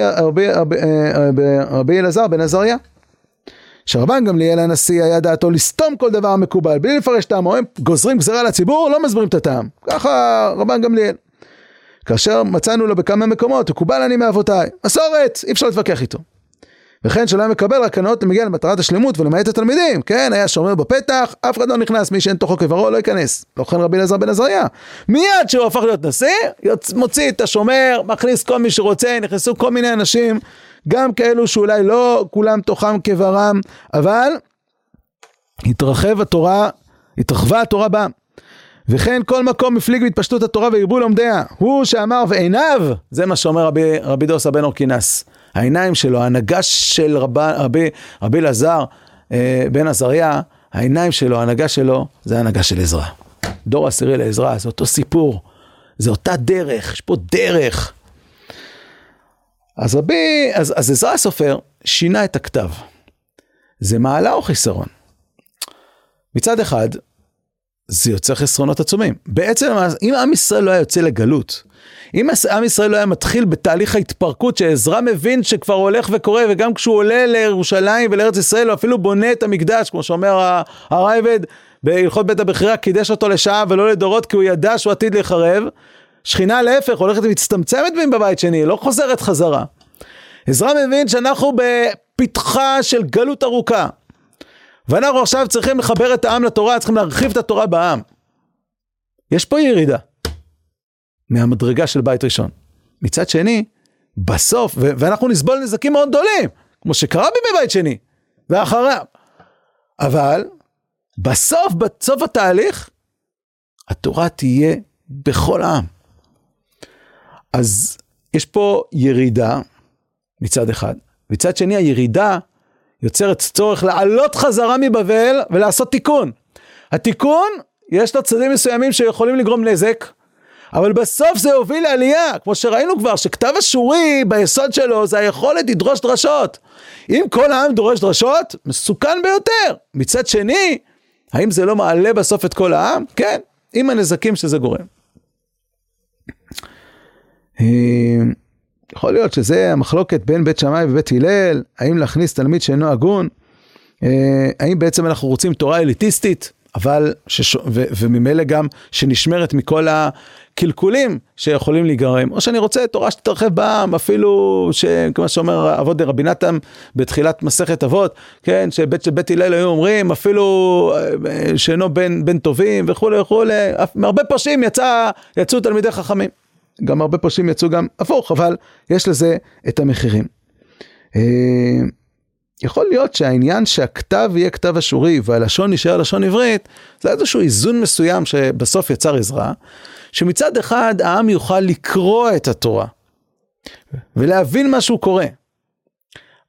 ברבי אלעזר בן עזריה. שרבן גמליאל הנשיא היה דעתו לסתום כל דבר מקובל, בלי לפרש טעמו, הם גוזרים גזרה לציבור, לא מסברים את הטעם. ככה רבן גמליאל. כאשר מצאנו לו בכמה מקומות, מקובל אני מאבותיי, מסורת, אי אפשר להתווכח איתו. וכן שלא מקבל רק הנאות מגיע למטרת השלמות ולמעט התלמידים, כן, היה שומר בפתח, אף אחד לא נכנס, מי שאין תוכו קברו לא ייכנס. לא כן רבי אלעזר בן עזריה. מיד שהוא הפך להיות נשיא, מוציא את השומר, מכניס כל מי שרוצה, נכנסו כל מיני אנשים, גם כאלו שאולי לא כולם תוכם כברם, אבל התרחבה התורה בעם. וכן כל מקום מפליג בהתפשטות התורה וירבו לומדיה. הוא שאמר ועיניו, זה מה שאומר רבי דוסא בן אורקינס. העיניים שלו, ההנהגה של רבי אלעזר בן עזריה, העיניים שלו, ההנהגה שלו, זה ההנהגה של עזרא. דור עשירי לעזרא, זה אותו סיפור. זה אותה דרך, יש פה דרך. אז עזרא הסופר שינה את הכתב. זה מעלה או חיסרון? מצד אחד, זה יוצר חסרונות עצומים. בעצם, אם עם ישראל לא היה יוצא לגלות, אם עם ישראל לא היה מתחיל בתהליך ההתפרקות, שעזרא מבין שכבר הולך וקורה, וגם כשהוא עולה לירושלים ולארץ ישראל, הוא אפילו בונה את המקדש, כמו שאומר הרייבד, בהלכות בית הבחירה, קידש אותו לשעה ולא לדורות, כי הוא ידע שהוא עתיד להיחרב. שכינה להפך, הולכת ומצטמצמת בבית שני, לא חוזרת חזרה. עזרא מבין שאנחנו בפתחה של גלות ארוכה. ואנחנו עכשיו צריכים לחבר את העם לתורה, צריכים להרחיב את התורה בעם. יש פה ירידה מהמדרגה של בית ראשון. מצד שני, בסוף, ואנחנו נסבול נזקים מאוד גדולים, כמו שקרה בימי בית שני, ואחריו. אבל, בסוף התהליך, התורה תהיה בכל העם. אז יש פה ירידה, מצד אחד. מצד שני, הירידה יוצרת צורך לעלות חזרה מבבל ולעשות תיקון. התיקון, יש לו צדדים מסוימים שיכולים לגרום נזק, אבל בסוף זה הוביל לעלייה, כמו שראינו כבר, שכתב אשורי ביסוד שלו זה היכולת לדרוש דרשות. אם כל העם דורש דרשות, מסוכן ביותר. מצד שני, האם זה לא מעלה בסוף את כל העם? כן, עם הנזקים שזה גורם. יכול להיות שזה המחלוקת בין בית שמאי ובית הלל, האם להכניס תלמיד שאינו הגון, האם בעצם אנחנו רוצים תורה אליטיסטית, אבל וממילא גם שנשמרת מכל הקלקולים שיכולים להיגרם, או שאני רוצה תורה שתרחב בעם, אפילו כמו שאומר אבות דרבי נתן בתחילת מסכת אבות, כן, שבית הלל היו אומרים, אפילו שאינו בין טובים וכו' וכו', מהרבה פרשים יצאו תלמידי חכמים. גם הרבה פרשים יצאו גם הפוך, אבל יש לזה את המחירים. יכול להיות שהעניין שהכתב יהיה כתב אשורי והלשון נשאר לשון עברית, זה איזשהו איזון מסוים שבסוף יצר עזרא, שמצד אחד העם יוכל לקרוא את התורה, ולהבין מה שהוא קורא.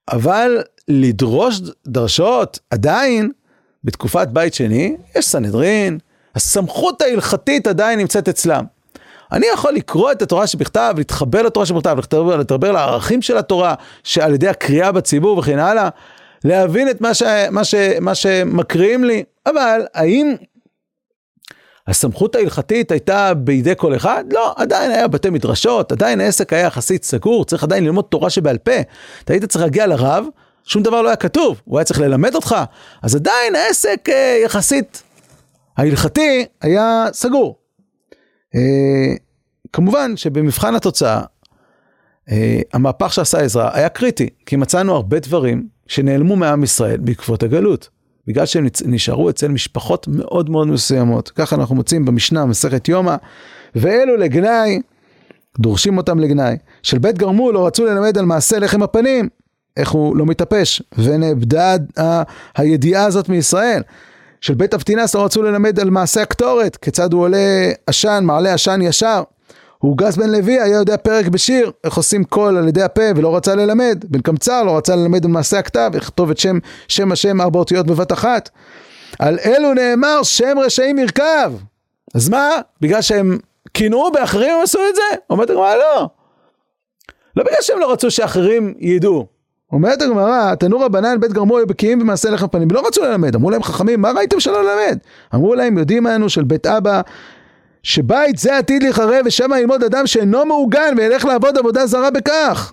אבל לדרוש דרשות עדיין, בתקופת בית שני, יש סנהדרין, הסמכות ההלכתית עדיין נמצאת אצלם. אני יכול לקרוא את התורה שבכתב, להתחבר לתורה שבכתב, להתחבר לערכים של התורה, שעל ידי הקריאה בציבור וכן הלאה, להבין את מה שמקריאים לי, אבל האם הסמכות ההלכתית הייתה בידי כל אחד? לא, עדיין היה בתי מדרשות, עדיין העסק היה יחסית סגור, צריך עדיין ללמוד תורה שבעל פה, אתה היית צריך להגיע לרב, שום דבר לא היה כתוב, הוא היה צריך ללמד אותך, אז עדיין העסק יחסית ההלכתי היה סגור. כמובן שבמבחן התוצאה, המהפך שעשה עזרא היה קריטי, כי מצאנו הרבה דברים שנעלמו מעם ישראל בעקבות הגלות, בגלל שהם נשארו אצל משפחות מאוד מאוד מסוימות. ככה אנחנו מוצאים במשנה, מסכת יומא, ואלו לגנאי, דורשים אותם לגנאי, של בית גרמול לא רצו ללמד על מעשה לחם הפנים, איך הוא לא מתאפש, ונאבדה הידיעה הזאת מישראל. של בית אבטינס לא רצו ללמד על מעשה הקטורת, כיצד הוא עולה עשן, מעלה עשן ישר. הוא גס בן לוי, היה יודע פרק בשיר, איך עושים קול על ידי הפה, ולא רצה ללמד. בן קמצר לא רצה ללמד על מעשה הכתב, איך כתוב את שם השם 4 אותיות בבת אחת. על אלו נאמר שם רשעים ירכב. אז מה? בגלל שהם כינעו באחרים הם עשו את זה? אומרת הגמרא, לא. לא בגלל שהם לא רצו שאחרים ידעו. אומרת הגמרא, תנו רבנן בית גרמול היו בקיאים במעשה לחם פנים, ולא רצו ללמד. אמרו להם חכמים, מה ראיתם שלא ללמד? אמרו להם, יודעים אנו של בית אבא, שבית זה עתיד להיחרב, ושמה ילמוד אדם שאינו מעוגן, וילך לעבוד עבודה זרה בכך.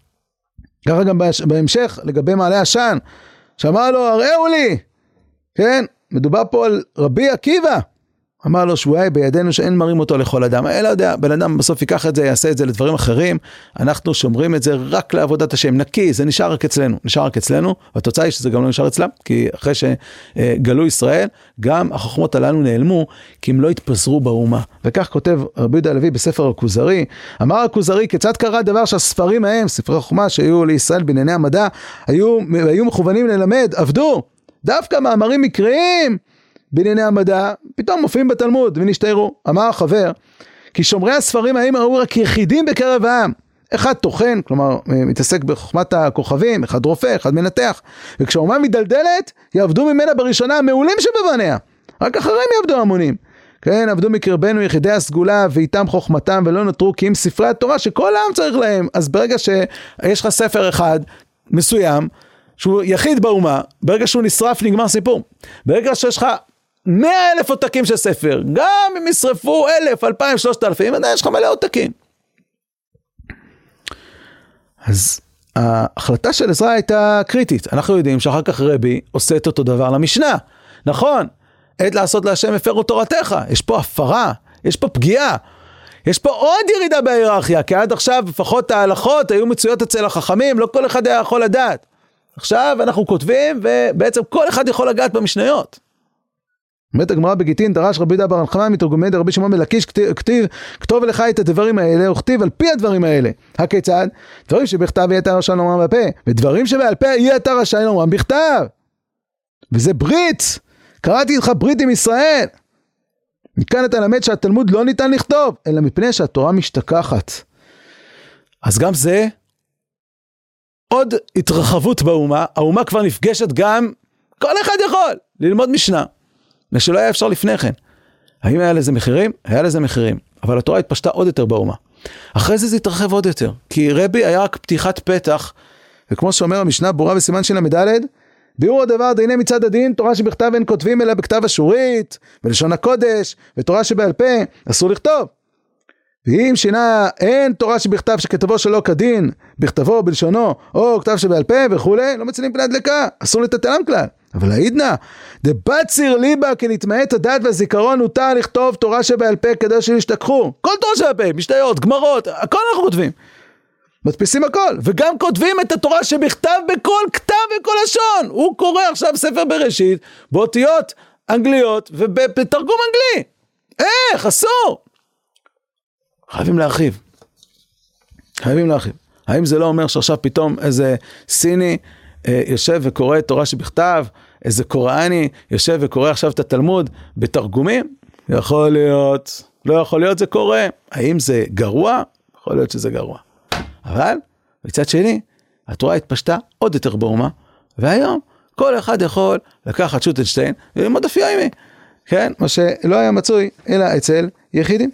ככה גם בהמשך, לגבי מעלה עשן, שאמר לו, הראו לי, כן, מדובר פה על רבי עקיבא, אמר לו שבועי בידינו שאין מרים אותו לכל אדם, אלא יודע, בן אדם בסוף ייקח את זה, יעשה את זה לדברים אחרים, אנחנו שומרים את זה רק לעבודת השם, נקי, זה נשאר רק אצלנו, והתוצאה היא שזה גם לא נשאר אצלם, כי אחרי שגלו ישראל, גם החוכמות הללו נעלמו, כי הם לא התפזרו באומה, וכך כותב רבי יהודה הלוי בספר הכוזרי, אמר הכוזרי, כיצד קרה דבר שהספרים ההם, ספרי חוכמה שהיו לישראל בענייני המדע, היו מכוונים ללמד, עבדו, דווקא מאמרים מקראיים, בענייני המדע, פתאום מופיעים בתלמוד ונשתערו. אמר החבר, כי שומרי הספרים ההם ראו רק יחידים בקרב העם. אחד תוכן, כלומר מתעסק בחוכמת הכוכבים, אחד רופא, אחד מנתח. וכשהאומה מדלדלת, יעבדו ממנה בראשונה המעולים שבבניה. רק אחריהם יעבדו המונים. כן, עבדו מקרבנו יחידי הסגולה ואיתם חוכמתם ולא נותרו כי אם ספרי התורה שכל העם צריך להם. אז ברגע שיש לך ספר אחד מסוים, שהוא יחיד באומה, ברגע שהוא נשרף נגמר סיפור. ברגע שיש לך 100,000 עותקים של ספר, גם אם ישרפו 1,000, 2,000, 3,000, עדיין יש לך מלא עותקים. אז ההחלטה של עזרא הייתה קריטית. אנחנו יודעים שאחר כך רבי עושה את אותו דבר למשנה. נכון, עת לעשות להשם הפרו תורתך. יש פה הפרה, יש פה פגיעה. יש פה עוד ירידה בהיררכיה, כי עד עכשיו לפחות ההלכות היו מצויות אצל החכמים, לא כל אחד היה יכול לדעת. עכשיו אנחנו כותבים, ובעצם כל אחד יכול לגעת במשניות. אומרת הגמרא בגיטין, דרש רבי יהודה בר חנניה מתרגומי דרבי שמעון בן לקיש, כתוב לך את הדברים האלה, וכתיב על פי הדברים האלה. הכיצד? דברים שבכתב יהיה אתה רשאי לומרם בפה, ודברים שבעל פה יהיה אתה רשאי לומרם בכתב. וזה ברית. קראתי לך ברית עם ישראל. מכאן אתה למד שהתלמוד לא ניתן לכתוב, אלא מפני שהתורה משתכחת. אז גם זה עוד התרחבות באומה, האומה כבר נפגשת גם, כל אחד יכול ללמוד משנה, ושלא היה אפשר לפני כן. האם היה לזה מחירים? היה לזה מחירים, אבל התורה התפשטה עוד יותר באומה. אחרי זה התרחב עוד יותר, כי רבי היה רק פתיחת פתח, וכמו שאומר המשנה ברורה בסימן של המדלת, ביאור הדבר דיני מצד הדין, תורה שבכתב אין כותבים אלא בכתב אשורית, בלשון הקודש, ותורה שבעל פה אסור לכתוב. ואם שינה אין תורה שבכתב שכתבו שלא כדין, בכתבו בלשונו, או כתב שבעל פה וכולי, לא מצילים פני הדלקה, אסור לטלטלם כלל. אבל העידנא, דבציר ליבה כנתמעט הדעת והזיכרון, הותר לכתוב תורה שבעל פה כדי שישתכחו. כל תורה שבעל פה, משניות, גמרות, הכל אנחנו כותבים. מדפיסים הכל, וגם כותבים את התורה שבכתב בכל כתב וכל לשון. הוא קורא עכשיו ספר בראשית, באותיות אנגליות ובתרגום אנגלי. איך? אסור. חייבים להרחיב. האם זה לא אומר שעכשיו פתאום איזה סיני יושב וקורא תורה שבכתב, איזה קוראני יושב וקורא עכשיו את התלמוד בתרגומים? יכול להיות, לא יכול להיות, זה קורה. האם זה גרוע? יכול להיות שזה גרוע. אבל מצד שני, התורה התפשטה עוד יותר בעורמה, והיום כל אחד יכול לקחת שוטנשטיין וללמוד דף יומי, כן? מה שלא היה מצוי אלא אצל יחידים.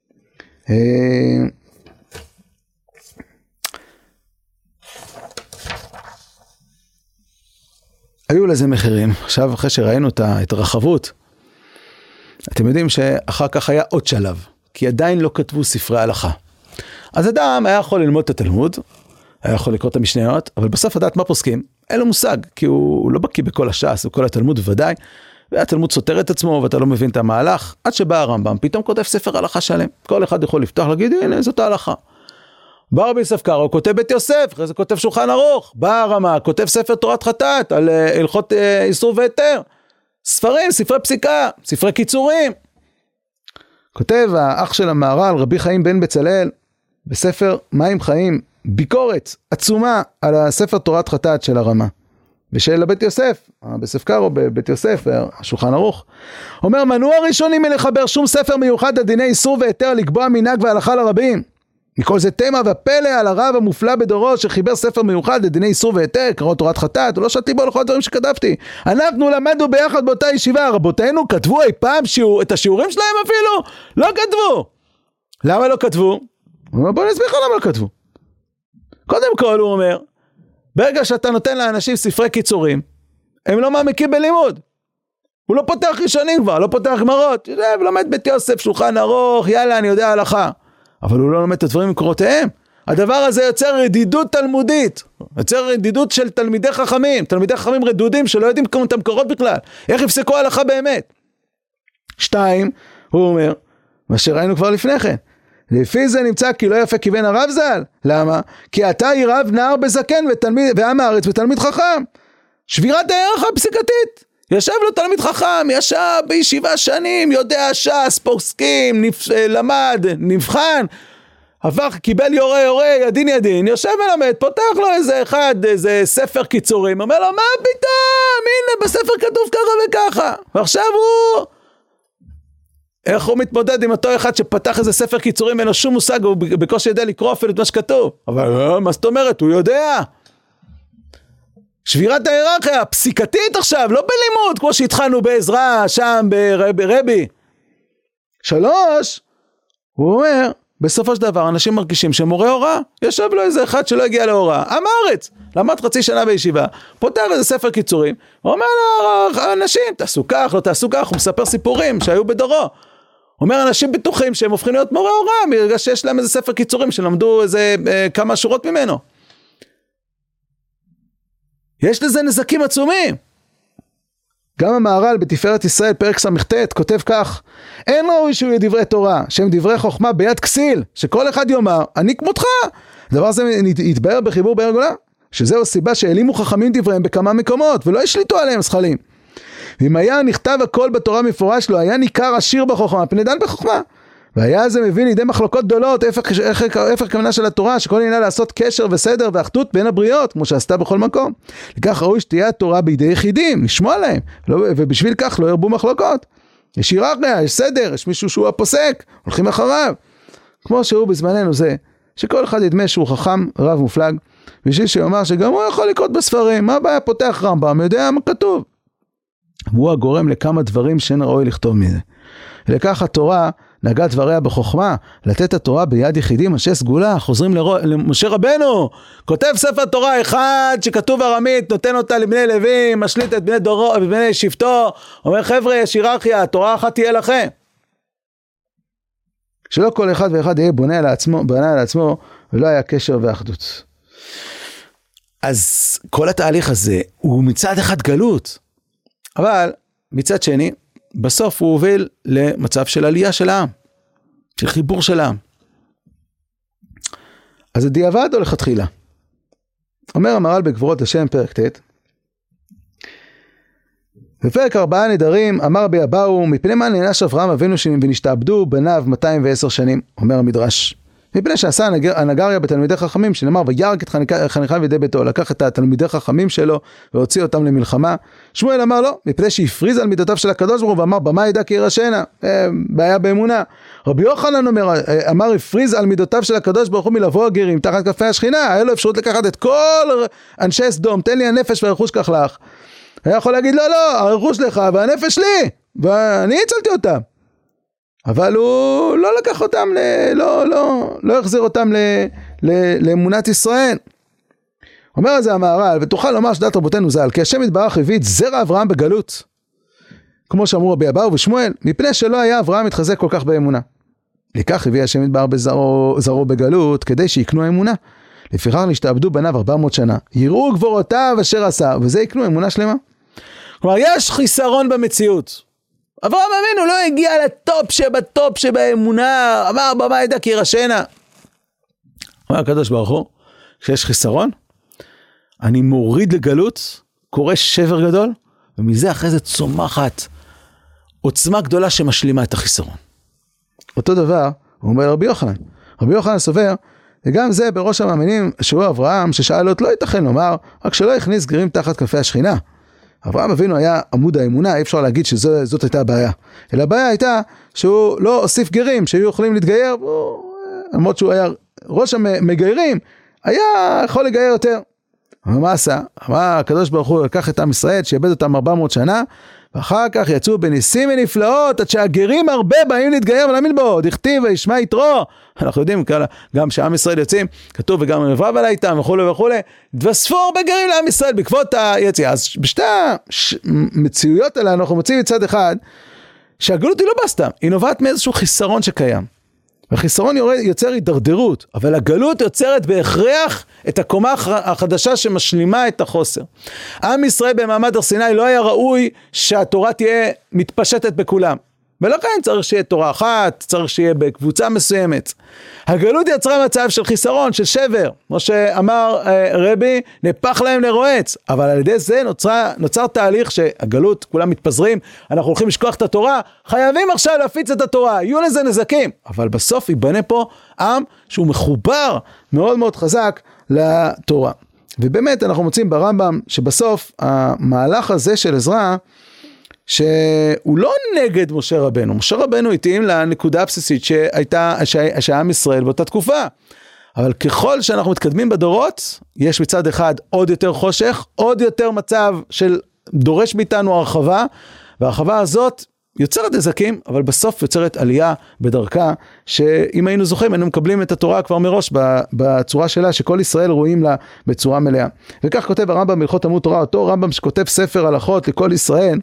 היו לזה מחירים. עכשיו אחרי שראינו את ההתרחבות, אתם יודעים שאחר כך היה עוד שלב, כי עדיין לא כתבו ספרי הלכה. אז אדם היה יכול ללמוד את התלמוד, היה יכול לקרוא את המשניות, אבל בסוף לדעת מה פוסקים, אין לו מושג, כי הוא לא בקיא בכל הש"ס, וכל התלמוד בוודאי, והתלמוד סותר את עצמו, ואתה לא מבין את המהלך, עד שבא הרמב"ם, פתאום כותב ספר הלכה שלם. כל אחד יכול לפתוח להגיד, הנה, זאת ההלכה. בא רבי יוסף קארו, כותב בית יוסף, אחרי זה כותב שולחן ערוך, בא הרמ"א, כותב ספר תורת חטאת, על הלכות איסור והיתר, ספרים, ספרי פסיקה, ספרי קיצורים. כותב האח של המהר"ל, רבי חיים בן בצלאל, בספר מים חיים, ביקורת עצומה על הספר תורת חטאת של הרמ"א. ושל בית יוסף, בספר קארו בבית יוסף, השולחן ערוך, אומר, מנוע ראשונים מלחבר שום ספר מיוחד על דיני איסור והיתר, לקבוע מנהג והלכה לרבים. מכל זה תמה ופלא על הרב המופלא בדורו שחיבר ספר מיוחד לדיני איסור והיתר, קרוא תורת חטאת, ולא שתי בו לכל הדברים שכתבתי. אנחנו למדנו ביחד באותה ישיבה, רבותינו כתבו אי פעם את השיעורים שלהם אפילו? לא כתבו. למה לא כתבו? הוא אומר, בוא נסביר לך למה לא כתבו. קודם כל הוא אומר, ברגע שאתה נותן לאנשים ספרי קיצורים, הם לא מעמיקים בלימוד. הוא לא פותח ראשונים כבר, לא פותח גמרות, לומד בית יוסף, שולחן ערוך, יאללה אני יודע הלכה. אבל הוא לא לומד את הדברים ממקורותיהם. הדבר הזה יוצר רדידות תלמודית, יוצר רדידות של תלמידי חכמים, תלמידי חכמים רדודים שלא יודעים את המקורות בכלל, איך יפסקו הלכה באמת. 2, הוא אומר, מה שראינו כבר לפני כן, לפי זה נמצא כי לא יפה כיוון הרב ז"ל. למה? כי אתה היא רב נער בזקן ועם הארץ ותלמיד חכם. שבירת הערך הפסיקתית. ישב לו תלמיד חכם, ישב בישיבה שנים, יודע ש"ס, פוסקים, למד, נבחן, עבר, קיבל יורה, ידין, יושב מלמד, פותח לו איזה ספר קיצורים, אומר לו, מה פתאום? הנה בספר כתוב ככה וככה. ועכשיו הוא... איך הוא מתמודד עם אותו אחד שפתח איזה ספר קיצורים, אין לו שום מושג, הוא בקושי יודע לקרוא אפילו את מה שכתוב. אבל מה זאת אומרת? הוא יודע. שבירת ההיררכיה, פסיקתית עכשיו, לא בלימוד, כמו שהתחלנו בעזרה, שם ברבי. 3, הוא אומר, בסופו של דבר, אנשים מרגישים שמורה הוראה, יושב לו איזה אחד שלא הגיע להוראה, עם הארץ, למד חצי שנה בישיבה, פותח איזה ספר קיצורים, הוא אומר לאנשים, תעשו כך, לא תעשו כך, הוא מספר סיפורים שהיו בדורו, אומר אנשים בטוחים שהם הופכים להיות מורה הוראה, ברגע שיש להם איזה ספר קיצורים, שלמדו איזה כמה שורות ממנו. יש לזה נזקים עצומים. גם המהר"ל בתפארת ישראל פרק ס"ט כותב כך, אין ראוי שהוא דברי תורה, שהם דברי חוכמה ביד כסיל, שכל אחד יאמר, אני כמותך. הדבר הזה יתבהר בחיבור באר גולה, שזהו סיבה שהעלימו חכמים דבריהם בכמה מקומות, ולא השליטו עליהם שכלים. ואם היה נכתב הכל בתורה מפורש לו, היה ניכר עשיר בחוכמה, פני דן בחוכמה. והיה זה מביא לידי מחלוקות גדולות, הפך כוונה של התורה, שכל עניין לעשות קשר וסדר ואחדות בין הבריות, כמו שעשתה בכל מקום. לכך ראוי שתהיה התורה בידי יחידים, לשמוע להם, ובשביל כך לא ירבו מחלוקות. יש היררכיה, יש סדר, יש מישהו שהוא הפוסק, הולכים אחריו. כמו שהוא בזמננו זה, שכל אחד ידמה שהוא חכם רב מופלג, בשביל שיאמר שגם הוא יכול לקרות בספרים, מה הבעיה פותח רמב"ם, יודע מה כתוב. הוא הגורם לכמה דברים שאין ראוי לכתוב מזה. לכך התורה נגעה דבריה בחוכמה, לתת התורה ביד יחידים, אנשי סגולה, חוזרים למשה רבנו, כותב ספר תורה אחד שכתוב ארמית, נותן אותה לבני לוי, משליט את בני דורו, בני שבטו, אומר חבר'ה, יש היררכיה, התורה אחת תהיה לכם. שלא כל אחד ואחד יהיה בונה על עצמו, ולא היה קשר ואחדות. אז כל התהליך הזה הוא מצד אחד גלות, אבל מצד שני, בסוף הוא הוביל למצב של עלייה של העם, של חיבור של העם. אז זה דיעבד או לכתחילה? אומר המהר"ל בגבורות לשם פרק ט', בפרק 4 נדרים, אמר בי אבאו, מפני מה נענש אברהם אבינו ונשתעבדו בניו 210 שנים, אומר המדרש, מפני שעשה הנגריה בתלמידי חכמים, שנאמר, וירק את חניכיו בידי ביתו, לקח את התלמידי חכמים שלו, והוציא אותם למלחמה. שמואל אמר לו, מפני שהפריז על מידותיו של הקדוש ברוך הוא, ואמר, במה ידע כי ירשנה, בעיה באמונה. רבי יוחנן אמר, הפריז על מידותיו של הקדוש ברוך הוא מלבוא הגרים, תחת כפי השכינה, היה לו אפשרות לקחת את כל אנשי סדום, תן לי הנפש והרכוש כך לך. היה יכול להגיד, לא, הרכוש לך והנפש לי, ואני הצלתי אותם. אבל הוא לא לקח אותם, לא החזיר אותם לאמונת ישראל. אומר על זה המהר"ל, ותוכל לומר שדעת רבותינו ז"ל, כי השם יתברך הביא את זרע אברהם בגלות, כמו שאמרו רבי אבאו ושמואל, מפני שלא היה אברהם מתחזק כל כך באמונה. לכך הביא השם יתברך בזרעו בגלות, כדי שיקנו אמונה. לפיכך נשתעבדו בניו 400 שנה, יראו גבורותיו אשר עשה, וזה יקנו אמונה שלמה. כלומר, יש חיסרון במציאות. אברהם אבינו לא הגיע לטופ שבטופ שבאמונה, אמר במה ידע כי ירשנה. אומר הקדוש ברוך הוא, כשיש חיסרון, אני מוריד לגלות, קורא שבר גדול, ומזה אחרי זה צומחת עוצמה גדולה שמשלימה את החיסרון. אותו דבר, הוא אומר רבי יוחנן. רבי יוחנן סובר, וגם זה בראש המאמינים שהוא אברהם, ששאל לו, לא ייתכן לומר, רק שלא יכניס גרים תחת כנפי השכינה. אברהם אבינו היה עמוד האמונה, אי אפשר להגיד שזאת הייתה הבעיה. אלא הבעיה הייתה שהוא לא הוסיף גרים, שהיו יכולים להתגייר, למרות שהוא היה ראש המגיירים, היה יכול לגייר יותר. אבל מה עשה? אמר הקדוש ברוך הוא לקח את עם ישראל, שיאבד אותם 400 שנה, ואחר כך יצאו בניסים ונפלאות, עד שהגרים הרבה באים להתגייר ולהאמין בו, דכתיב וישמע יתרו. אנחנו יודעים, גם שעם ישראל יוצאים, כתוב וגם נברב עלי איתם וכו' וכו', התווספו הרבה גרים לעם ישראל בעקבות היציאה. אז בשתי המציאויות האלה אנחנו מוצאים מצד אחד, שהגלות היא לא בסתם, היא נובעת מאיזשהו חיסרון שקיים. והחיסרון יוצר הידרדרות, אבל הגלות יוצרת בהכרח את הקומה החדשה שמשלימה את החוסר. עם ישראל במעמד הר סיני לא היה ראוי שהתורה תהיה מתפשטת בכולם. ולכן צריך שיהיה תורה אחת, צריך שיהיה בקבוצה מסוימת. הגלות יצרה מצב של חיסרון, של שבר. כמו שאמר רבי, נפח להם לרועץ. אבל על ידי זה נוצר תהליך שהגלות, כולם מתפזרים, אנחנו הולכים לשכוח את התורה, חייבים עכשיו להפיץ את התורה, יהיו לזה נזקים. אבל בסוף ייבנה פה עם שהוא מחובר מאוד מאוד חזק לתורה. ובאמת אנחנו מוצאים ברמב"ם שבסוף המהלך הזה של עזרא, שהוא לא נגד משה רבנו. משה רבנו התאים לנקודה הבסיסית שהעם ישראל באותה תקופה. אבל ככל שאנחנו מתקדמים בדורות, יש מצד אחד עוד יותר חושך, עוד יותר מצב של דורש מאיתנו הרחבה, והרחבה הזאת יוצרת נזקים, אבל בסוף יוצרת עלייה בדרכה, שאם היינו זוכרים, היינו מקבלים את התורה כבר מראש בצורה שלה, שכל ישראל רואים לה בצורה מלאה. וכך כותב הרמב"ם בהלכות תלמוד תורה, אותו רמב"ם שכותב ספר הלכות לכל ישראל,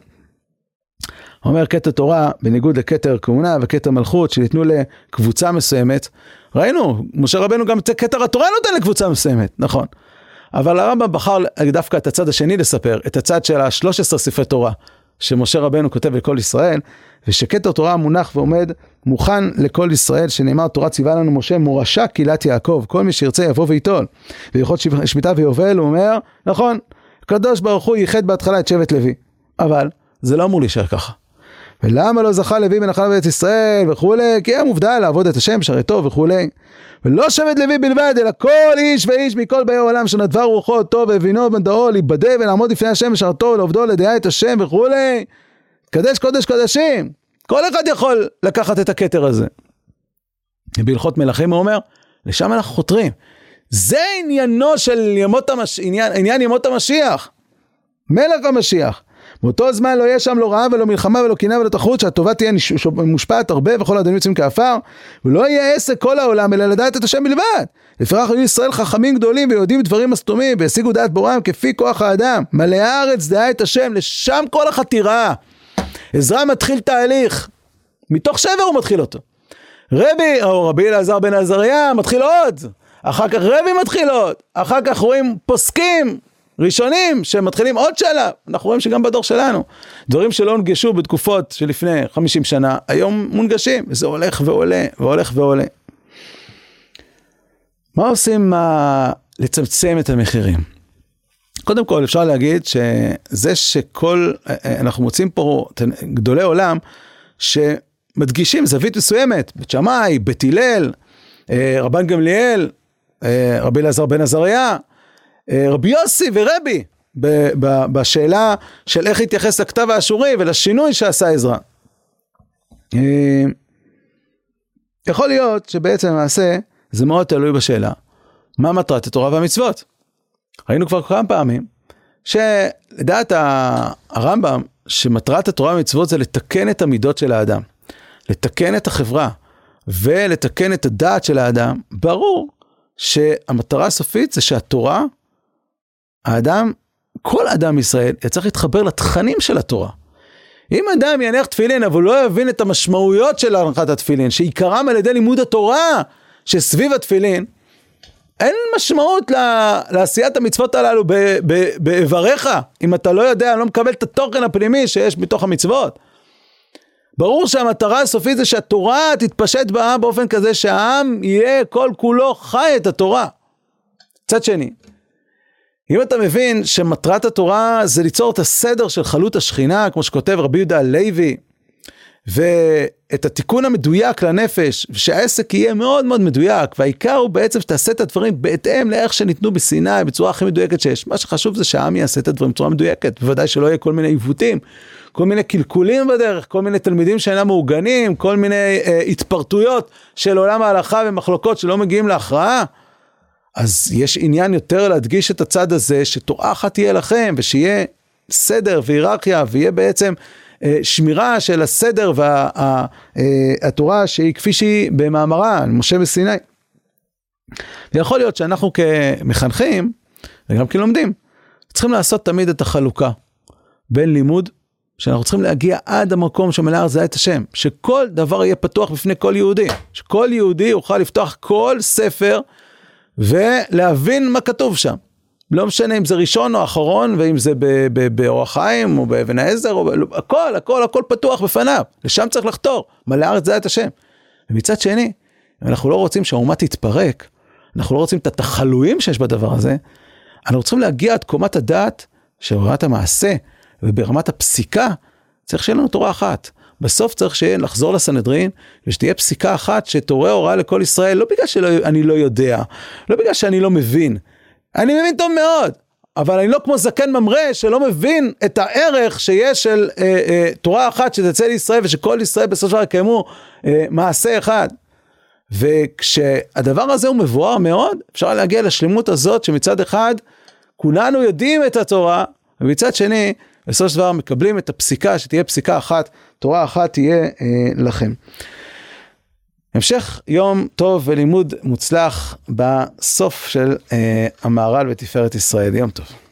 אומר כתר תורה, בניגוד לכתר כהונה וכתר מלכות, שניתנו לקבוצה מסוימת, ראינו, משה רבנו גם את כתר התורה נותן לקבוצה מסוימת, נכון. אבל הרמב"ם בחר דווקא את הצד השני לספר, את הצד של 13 ספרי תורה, שמשה רבנו כותב לכל ישראל, ושכתר תורה מונח ועומד מוכן לכל ישראל, שנאמר תורה ציווה לנו משה, מורשה קהילת יעקב, כל מי שירצה יבוא ויטול. בהלכות שמיטה ויובל הוא אומר, נכון, הקדוש ברוך הוא ייחד בהתחלה את שבט לוי, אבל זה לא אמור להישאר ככה. ולמה לא זכה לוי בנחלה בארץ ישראל וכו', כי היה מובדל לעבוד את השם, שרתו וכו'. ולא שבט לוי בלבד, אלא כל איש ואיש מכל באי העולם, שנדבר רוחו טוב והבינו בנדעו, להיבדל ולעמוד לפני השם ושרתו ולעובדו לדעה את השם וכו'. קדש קודש קודשים. כל אחד יכול לקחת את הכתר הזה. בהלכות מלכים הוא אומר, לשם אנחנו חותרים. זה עניינו של עניין ימות המשיח. מלך המשיח. באותו זמן לא יהיה שם לא רעה ולא מלחמה ולא קנאה ולא תחרות, שהטובה תהיה מושפעת הרבה וכל האדונים יוצאים כאפר, ולא יהיה עסק כל העולם אלא לדעת את השם בלבד. לפיכך היו ישראל חכמים גדולים ויודעים דברים מסתומים והשיגו דעת בורם כפי כוח האדם. מלא הארץ דעה את השם, לשם כל החתירה. עזרא מתחיל תהליך, מתוך שבר הוא מתחיל אותו. רבי אלעזר בן עזריה מתחיל עוד, אחר כך רבי מתחיל עוד, אחר כך רואים פוסקים ראשונים שמתחילים עוד שלב. אנחנו רואים שגם בדור שלנו, דברים שלא הונגשו בתקופות שלפני 50 שנה, היום מונגשים, וזה הולך ועולה, והולך ועולה. מה עושים לצמצם את המחירים? קודם כל אפשר להגיד שזה אנחנו מוצאים פה גדולי עולם, שמדגישים זווית מסוימת, בית שמאי, בית הלל, רבן גמליאל, רבי אלעזר בן עזריה, רבי יוסי ורבי, בשאלה של איך התייחס לכתב האשורי ולשינוי שעשה עזרא. יכול להיות שבעצם המעשה זה מאוד תלוי בשאלה, מה מטרת התורה והמצוות? ראינו כבר כמה פעמים, שלדעת הרמב"ם, שמטרת התורה והמצוות זה לתקן את המידות של האדם, לתקן את החברה, ולתקן את הדעת של האדם. ברור שהמטרה הסופית זה שהתורה, האדם, כל אדם ישראל, צריך להתחבר לתכנים של התורה. אם אדם יניח תפילין, אבל לא יבין את המשמעויות של הנחת התפילין, שעיקרם על ידי לימוד התורה שסביב התפילין, אין משמעות לעשיית המצוות הללו בעבריך, אם אתה לא יודע, לא מקבל את התוכן הפנימי שיש בתוך המצוות. ברור שהמטרה הסופית זה שהתורה תתפשט בעם באופן כזה שהעם יהיה כל כולו חי את התורה. צד שני, אם אתה מבין שמטרת התורה זה ליצור את הסדר של חלות השכינה, כמו שכותב רבי יהודה הלוי, ואת התיקון המדויק לנפש, ושהעסק יהיה מאוד מאוד מדויק, והעיקר הוא בעצם שתעשה את הדברים בהתאם לאיך שניתנו בסיני, בצורה הכי מדויקת שיש. מה שחשוב זה שהעם יעשה את הדברים בצורה מדויקת, בוודאי שלא יהיה כל מיני עיוותים, כל מיני קלקולים בדרך, כל מיני תלמידים שאינם מעוגנים, כל מיני התפרטויות של עולם ההלכה ומחלוקות שלא מגיעים להכרעה. אז יש עניין יותר להדגיש את הצד הזה, שתורה אחת תהיה לכם, ושיהיה סדר והיררכיה, ויהיה בעצם שמירה של הסדר והתורה שהיא כפי שהיא במאמרה, משה בסיני. ויכול להיות שאנחנו כמחנכים, וגם כלומדים, צריכים לעשות תמיד את החלוקה, בין לימוד, שאנחנו צריכים להגיע עד המקום שמלא זה את השם, שכל דבר יהיה פתוח בפני כל יהודי, שכל יהודי יוכל לפתוח כל ספר, ולהבין מה כתוב שם. לא משנה אם זה ראשון או אחרון, ואם זה באורח חיים, או באבן העזר, או הכל פתוח בפניו. לשם צריך לחתור, מלא הארץ זה את השם. ומצד שני, אם אנחנו לא רוצים שהאומה תתפרק, אנחנו לא רוצים את התחלואים שיש בדבר הזה, אנחנו צריכים להגיע עד קומת הדעת, שברמת המעשה, וברמת הפסיקה, צריך שיהיה לנו תורה אחת. בסוף צריך לחזור לסנהדרין, ושתהיה פסיקה אחת שתורה הוראה לכל ישראל, לא בגלל שאני לא יודע, לא בגלל שאני לא מבין. אני מבין טוב מאוד, אבל אני לא כמו זקן ממרא, שלא מבין את הערך שיש של תורה אחת שתצא לישראל, ושכל ישראל בסוף דבר יקיימו מעשה אחד. וכשהדבר הזה הוא מבואר מאוד, אפשר להגיע לשלמות הזאת, שמצד אחד כולנו יודעים את התורה, ומצד שני, בסוף דבר מקבלים את הפסיקה, שתהיה פסיקה אחת, תורה אחת תהיה לכם. המשך יום טוב ולימוד מוצלח בסוף של המהר"ל ותפארת ישראל. יום טוב.